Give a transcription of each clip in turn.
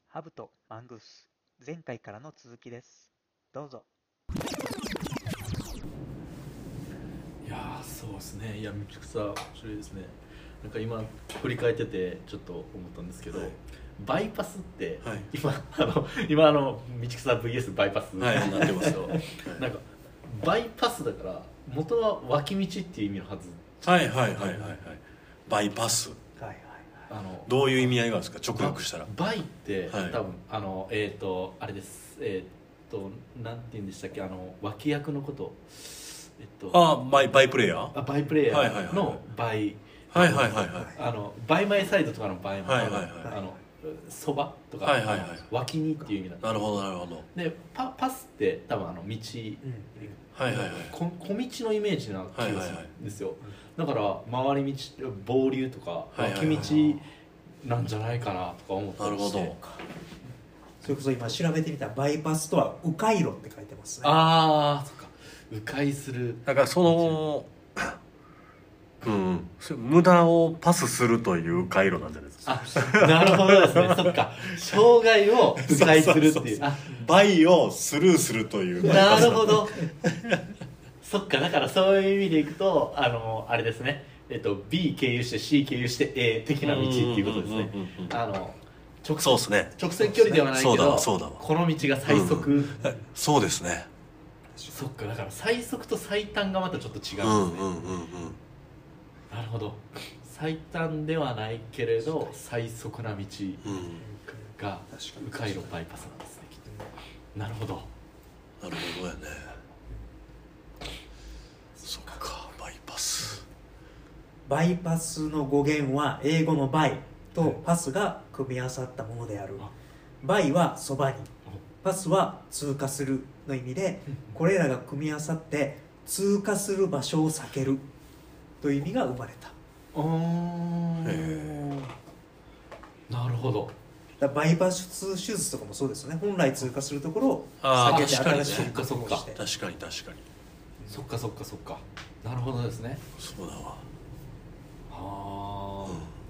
ハブとマングース、前回からの続きです。どうぞ。 いやー、そうですね。いや、道草面白いですね。なんか今振り返っててちょっと思ったんですけど、 はいバイパスって、 はい今道草 VS バイパスはいなんですけど、 はいなんかバイパスだから元は脇道っていう意味のはず。 はいはいはいはいはい。バイパス、 はいはい。 どういう意味合いがあるんですか、直訳したら。 バイって、 はい多分あれです。なんて言うんでしたっけ、脇役のことバイプレイヤー。 バイプレイヤはいはいはいーのバイ、 はいはいはいはいバイマイサイドとかのバイマイ、 はいはいはいそばとか、 はいはいはい脇にっていう意味なんです。 なるほどなるほど。 でパスって多分道、 はいはいはい小道のイメージな気がするんですよ。だから回り道、傍流とかはいはいはい脇道なんじゃないかなとか思ったりして。 なるほど。 それこそ今調べてみたらバイパスとは迂回路って書いてますね。 ああ、そっか。迂回する。 だからそのそれ無駄をパスするという回路なんじゃないですか。 あ、なるほどですね。そっか。障害を迂回するっていう。あ、 バイをスルーするというなるほど。そっか、だからそういう意味でいくとあれですね。B 経由して C 経由して A 的な道っていうことですね。 そうですね。 直線距離ではないけど、 そうだわこの道が最速、 そうですね。 そっか、だから最速と最短がまたちょっと違うんですね。なるほど。最短ではないけれど最速な道が迂回路バイパスなんですね、きっと。なるほど。 なるほどやね。そっか、バイパス。 バイパスの語源は英語のバイとパスが組み合わさったものである。バイはそばに、パスは通過するの意味で、これらが組み合わさって通過する場所を避けるという意味が生まれた。 なるほど。 だからバイパス手術とかもそうですよね。本来通過するところを避けて確かにね新しい確保をして。 確かに確かに。 そっかそっかそっか。なるほどですね。 そうだわ。 はあ、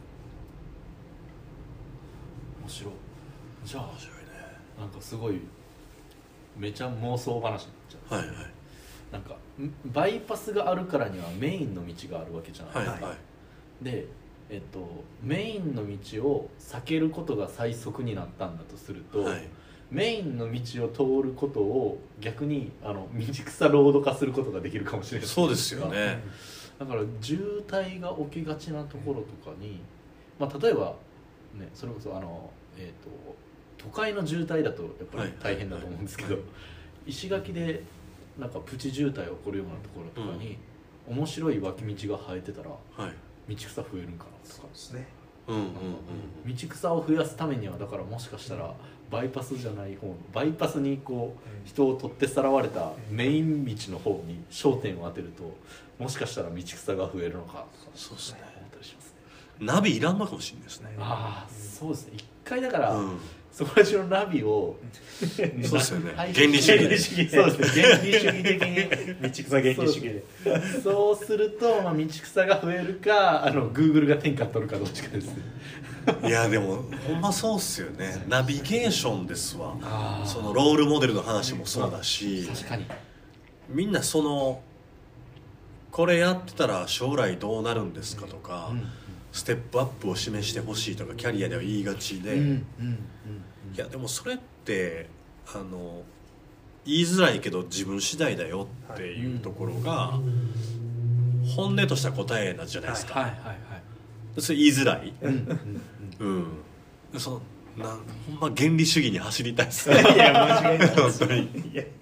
面白い。じゃあ面白いね。 なんかすごいめちゃ妄想話になっちゃう。 はいはいなんかバイパスがあるからにはメインの道があるわけじゃないですか。 はいはいで、メインの道を避けることが最速になったんだとすると、 はい。 メインの道を通ることを逆に道草ロード化することができるかもしれない。 そうですよね。 だから渋滞が起きがちなところとかに、まあ、例えばね、それこそ都会の渋滞だとやっぱり大変だと思うんですけど、石垣でなんかプチ渋滞起こるようなところとかに、面白い脇道が生えてたらはい。 道草増えるんかなとか。 ですね。 道草を増やすためにはだからもしかしたらバイパスじゃない方のバイパスにこう人を取ってさらわれたメイン道の方に焦点を当てると、もしかしたら道草が増えるのかとかそうですね。 思ったりしますね。 ナビいらんのかもしれないですね。 ああ、そうですね。一回だから、 うん。 そこら中のナビをそうですよね。 はい原理主義で。 そうですね。原理主義的に道草原理主義で。 そうすると、まあ、道草が増えるかGoogle が天下取るかどっちかですね。 いやでもほんまそうっすよね。ナビゲーションですわ。 あーそのロールモデルの話もそうだし、 確かに。 みんなそのこれやってたら将来どうなるんですかとか、ステップアップを示してほしいとかキャリアでは言いがちで、いやでもそれって言いづらいけど自分次第だよっていうところが本音とした答えなんじゃないですか。 はいはいはい。 それ言いづらい。 うんそのほんま原理主義に走りたいっすね。 いや間違いない本当に。 いや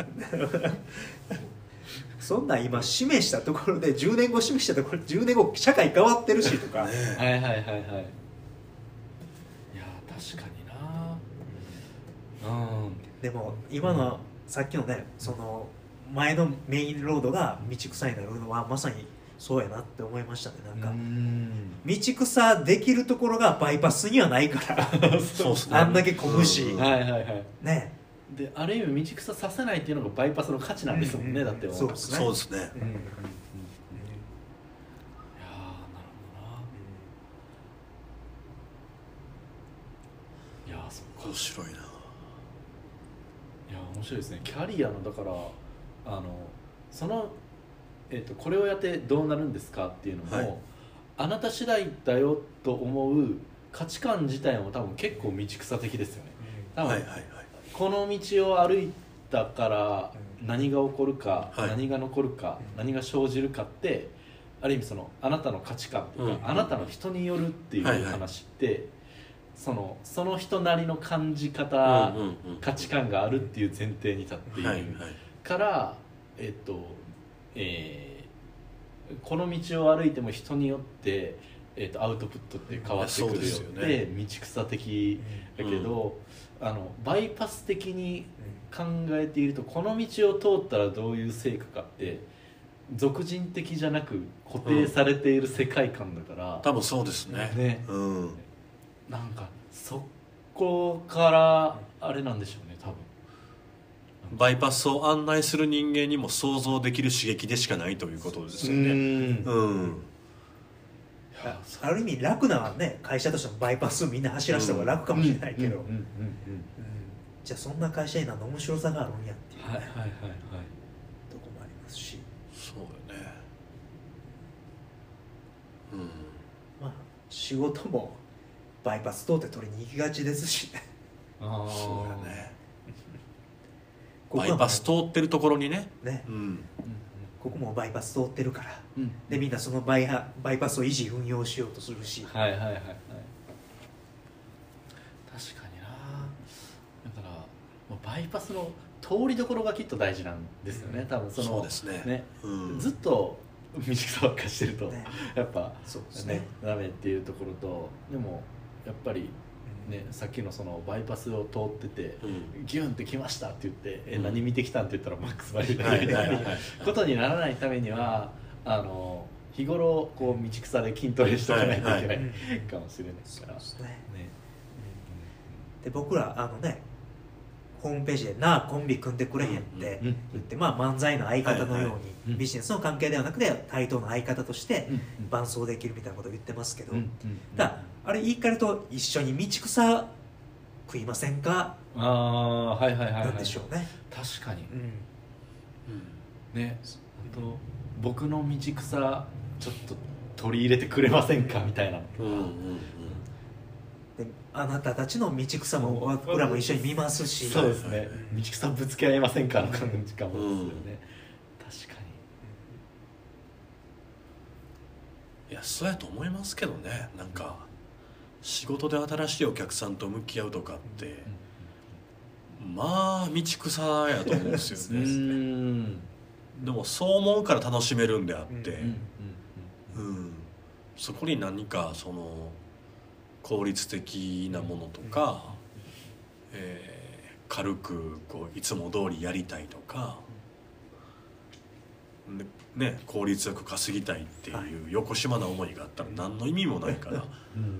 そんなん今示したところで10年後示したところ10年後社会変わってるしとか、 はいはいはいはい。いや確かにな。 でも今のさっきのねその前のメインロードが道草になるのはまさにそうやなって思いましたね。なんか道草できるところがバイパスにはないからそうっすね。 あんだけ混むし、 はいはいはい。 ねである意味道草させないっていうのがバイパスの価値なんですもんね。だってもう。 そうですね。 そうですね。 いやーなるほどな。いやーそっか。 面白いな。 いや面白いですね。キャリアのだからその、これをやってどうなるんですかっていうのも、 はい、 あなた次第だよと思う価値観自体も多分結構道草的ですよね。多分、 はいはいはい、 この道を歩いたから何が起こるか、 はい、 何が残るか、何が生じるかってある意味そのあなたの価値観とか、あなたの人によるっていう話って、その人なりの感じ方、価値観があるっていう前提に立っているから、この道を歩いても人によって、アウトプットって変わってくるよって道草的だけど、バイパス的に考えているとこの道を通ったらどういう成果かって俗人的じゃなく固定されている世界観だから、 多分そうですね。 なんかそこからあれなんでしょうね、多分バイパスを案内する人間にも想像できる刺激でしかないということですよね。 ある意味楽なね、会社としてもバイパスをみんな走らせた方が楽かもしれないけど、じゃあそんな会社に何の面白さがあるんやっていう、とこもありますし、 そうよね。 まあ仕事もバイパス通って取りに行きがちですしね。 そうだね。バイパス通ってるところにね、 ここもバイパス通ってるから、でみんなそのバイパスを維持運用しようとするし、 確かにな。だからバイパスの通りどころがきっと大事なんですよね、多分そうですね。 ずっと道草ばっかしてると、やっぱそうですね、 ダメっていうところと、でもやっぱりね、さっきのそのバイパスを通ってて、ギュンって来ましたって言って、何見てきたんって言ったらマックスバリューでみたいなことにならないためには、日頃こう道草で筋トレしておかないといけないかもしれないから。 で僕らホームページで「なあコンビ組んでくれへん」って言って、漫才の相方のようにビジネスの関係ではなくて対等の相方として伴走できるみたいなことを言ってますけど、だからあれ言い換えると一緒に道草食いませんかなんでしょうね。 確かに、ね、僕の道草ちょっと取り入れてくれませんかみたいな、 であなたたちの道草も僕らも一緒に見ますし、 そうですね、道草ぶつけ合いませんかの感じかもですよね。確かに。いやそうやと思いますけどね。なんか仕事で新しいお客さんと向き合うとかって、まあ道草やと思うんですよね。でもそう思うから楽しめるんであって、そこに何かその効率的なものとか、軽くこういつも通りやりたいとか、ね、効率よく稼ぎたいっていうよこしまな思いがあったら何の意味もないから、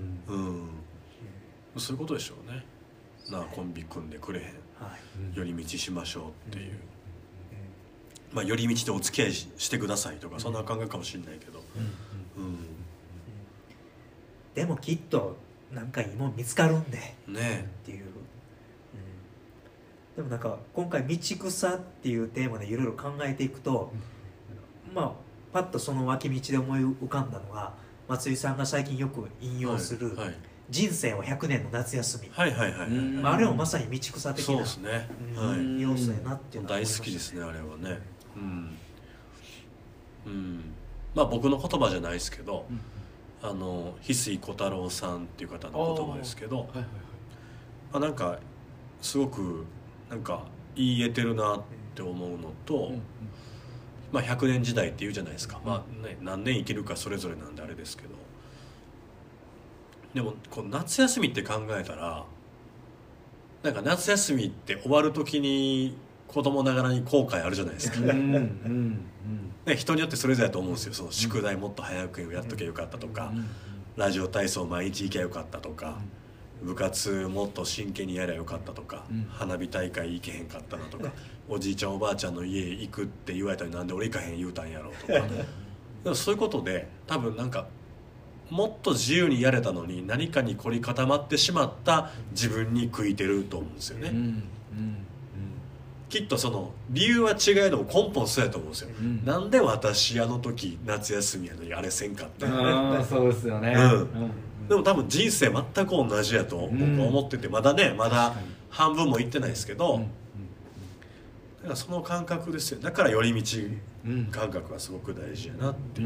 そういうことでしょうね。なあコンビ組んでくれへん、寄り道しましょうっていう、寄り道でお付き合いしてくださいとか、そんな考えかもしれないけど、 でもきっとなんかいいもん見つかるんでねっていう、でもなんか今回道草っていうテーマでいろいろ考えていくと、パッとその脇道で思い浮かんだのが、松井さんが最近よく引用する「人生は100年の夏休み」、あれもまさに道草的な要素やなっていうのは大好きですね、あれはね。僕の言葉じゃないですけど、翡翠小太郎さんっていう方の言葉ですけど、なんかすごくなんか言えてるなって思うのと、100年時代って言うじゃないですか、何年生きるかそれぞれなんであれですけど、でもこう夏休みって考えたら、なんか夏休みって終わる時に子供ながらに後悔あるじゃないですか。人によってそれぞれだと思うんですよ。その宿題もっと早くやっときゃよかったとか、ラジオ体操毎日行きゃよかったとか、部活もっと真剣にやりゃよかったとか、花火大会行けへんかったなとか、おじいちゃんおばあちゃんの家行くって言われたらなんで俺行かへん言うたんやろうとかそういうことで多分なんかもっと自由にやれたのに何かに凝り固まってしまった自分に悔いてると思うんですよね、きっとその理由は違えども根本そうやと思うんですよ、なんで私あの時夏休みやのにあれせんかったそうですよね、 でも多分人生全く同じやと僕は思ってて、まだ半分もいってないですけど、だからその感覚ですよ。だから寄り道感覚がすごく大事やなっていう、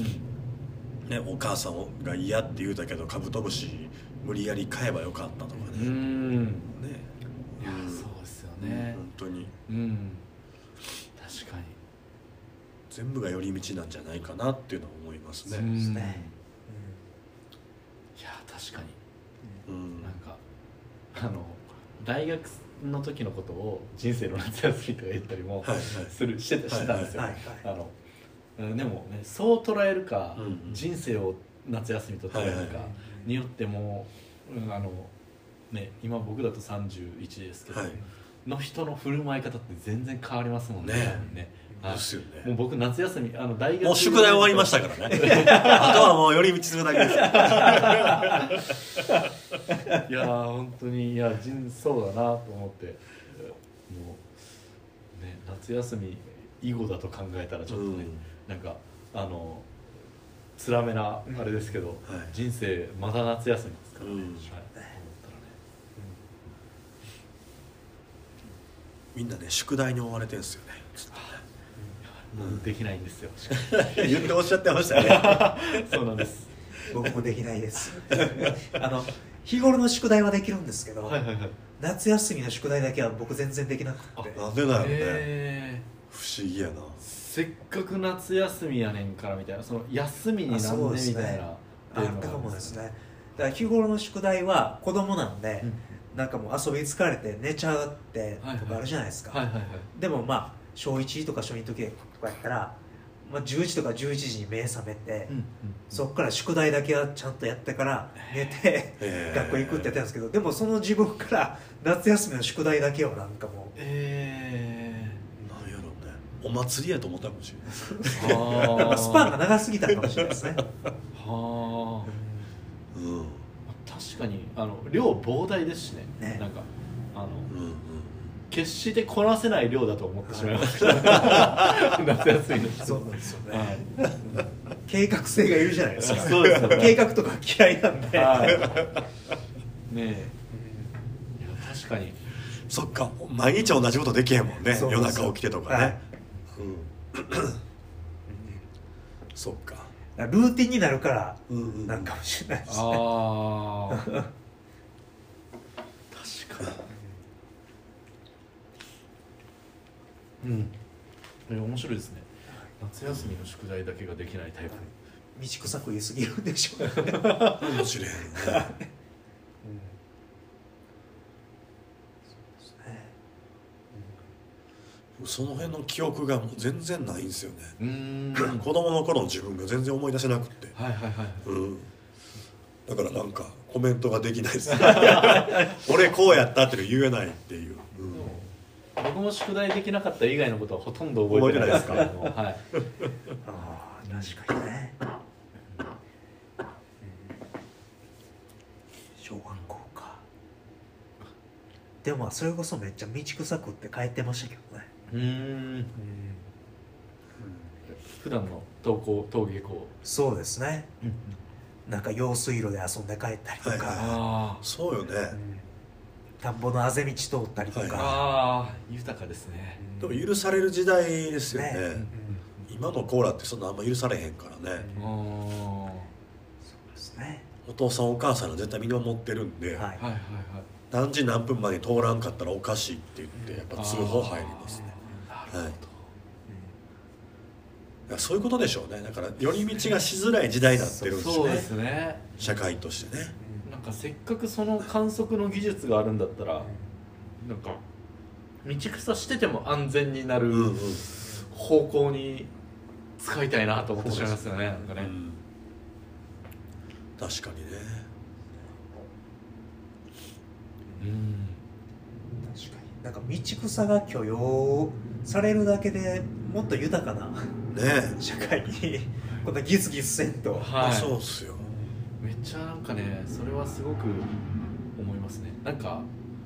ね、お母さんが嫌って言うたけどカブトムシ無理やり飼えばよかったとかね、 いやそうですよね、 本当に、 確かに全部が寄り道なんじゃないかなっていうのは思いますね。 いや確かに、なんか大学の時のことを人生の夏休みとか言ったりもしてたんですよ。でもね、そう捉えるか、人生を夏休みと捉えるかによっても、ね、今僕だと31ですけど、の人の振る舞い方って全然変わりますもんね。 ですよね。 もう僕夏休み大学もう宿題終わりましたからねあとはもう寄り道するだけですよいや本当にそうだなと思って、もうね夏休み以後だと考えたらちょっとね、なんか辛めなあれですけど、人生まだ夏休みですからね、 みんなね宿題に追われてるんですよね。 もうできないんですよ言っておっしゃってましたねそうなんです。 僕もできないです日頃の宿題はできるんですけど、夏休みの宿題だけは僕全然できなくて。 なんでだろうね、不思議やな。 せっかく夏休みやねんからみたいな、その休みになんでみたいなあったかもですね。だから日頃の宿題は子供なんで、なんかもう遊び疲れて寝ちゃうってとかあるじゃないですか。でもまあ小1とか小2の時とかやったら、10時とか11時に目覚めて、そっから宿題だけはちゃんとやってから寝て、学校行くってやってたんですけど、でもその自分から夏休みの宿題だけをなんかもう、 なんやろうね、お祭りやと思ったかもしれないスパンが長すぎたかもしれないですね確かに量膨大ですしね、なんか決してこなせない量だと思ってしまいました夏休みの人。 そうなんですよね、計画性がいるじゃないですか。 そうですよね、 計画とか嫌いなんで、 ねえ、確かにそっか、毎日同じことできへんもんね、夜中起きてとかね、そっか、 ルーティンになるからなんかもしれないですね。 確かに面白いですね。夏休みの宿題だけができないタイプ。 道草食いすぎるんでしょうね面白いねその辺の記憶がもう全然ないんですよね。子供の頃の自分が全然思い出せなくって、だからなんかコメントができないです俺こうやったって言えないっていう、 僕も宿題できなかった以外のことはほとんど覚えてないですけれども、確かにね、小学校か。でもそれこそめっちゃ道草食って帰ってましたけどね。 普段の登下校。 そうですね、なんか用水路で遊んで帰ったりとか、 そうよね、 田んぼのあぜ道通ったりとか、 豊かですね。 でも許される時代ですよね。今のコーラってそんなあんま許されへんからね。 そうですね、 お父さんお母さんが絶対見守ってるんで、何時何分までに通らんかったらおかしいって言ってやっぱ通報入りますね。そういうことでしょうね。だから寄り道がしづらい時代になってるんですね。 そうですね、 社会としてね。 なんかせっかくその観測の技術があるんだったら、なんか道草してても安全になる方向に使いたいなと思ってしまいますよね。なんかね、 確かにね。 確かになんか道草が許容されるだけでもっと豊かな社会にこんなギスギスせんと、 そうっすよ。 めっちゃなんかねそれはすごく思いますね。なんか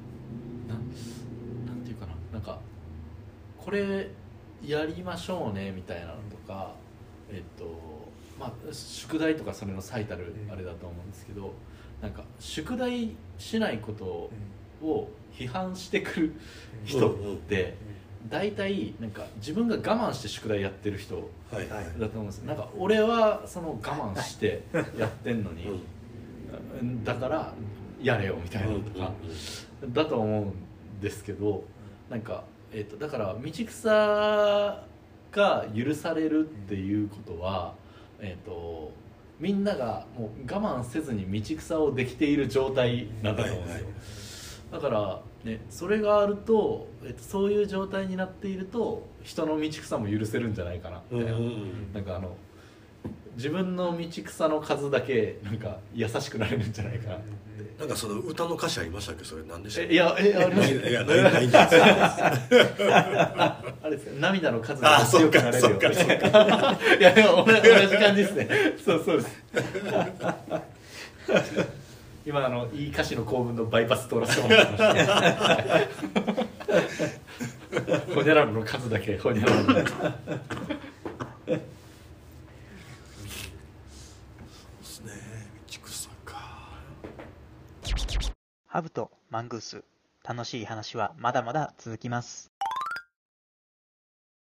なんていうかな、なんかこれやりましょうねみたいなのとか、まあ宿題とかそれの最たるあれだと思うんですけど、なんか宿題しないことを批判してくる人って大体なんか自分が我慢して宿題やってる人はいはいだと思うんですよ。なんか俺はその我慢してやってんのに、だからやれよみたいなのとかだと思うんですけど、なんか、だから道草が許されるっていうことは、みんながもう我慢せずに道草をできている状態なんだと思うんですよ。だからね、それがあると、そういう状態になっていると人の道草も許せるんじゃないかなみたいな、なんか自分の道草の数だけなんか優しくなれるんじゃないかなって。 なんかその歌の歌詞ありましたっけ？それ何でしたっけ？ いやありますいやないんですよあれですか、涙の数が強くなれるよそっかいや同じ感じですね。そうです今いい歌詞の構文のバイパス通らせてもらってましたホニャララの数だけホニャララのですね。道草か。 ハブとマングース、楽しい話はまだまだ続きます。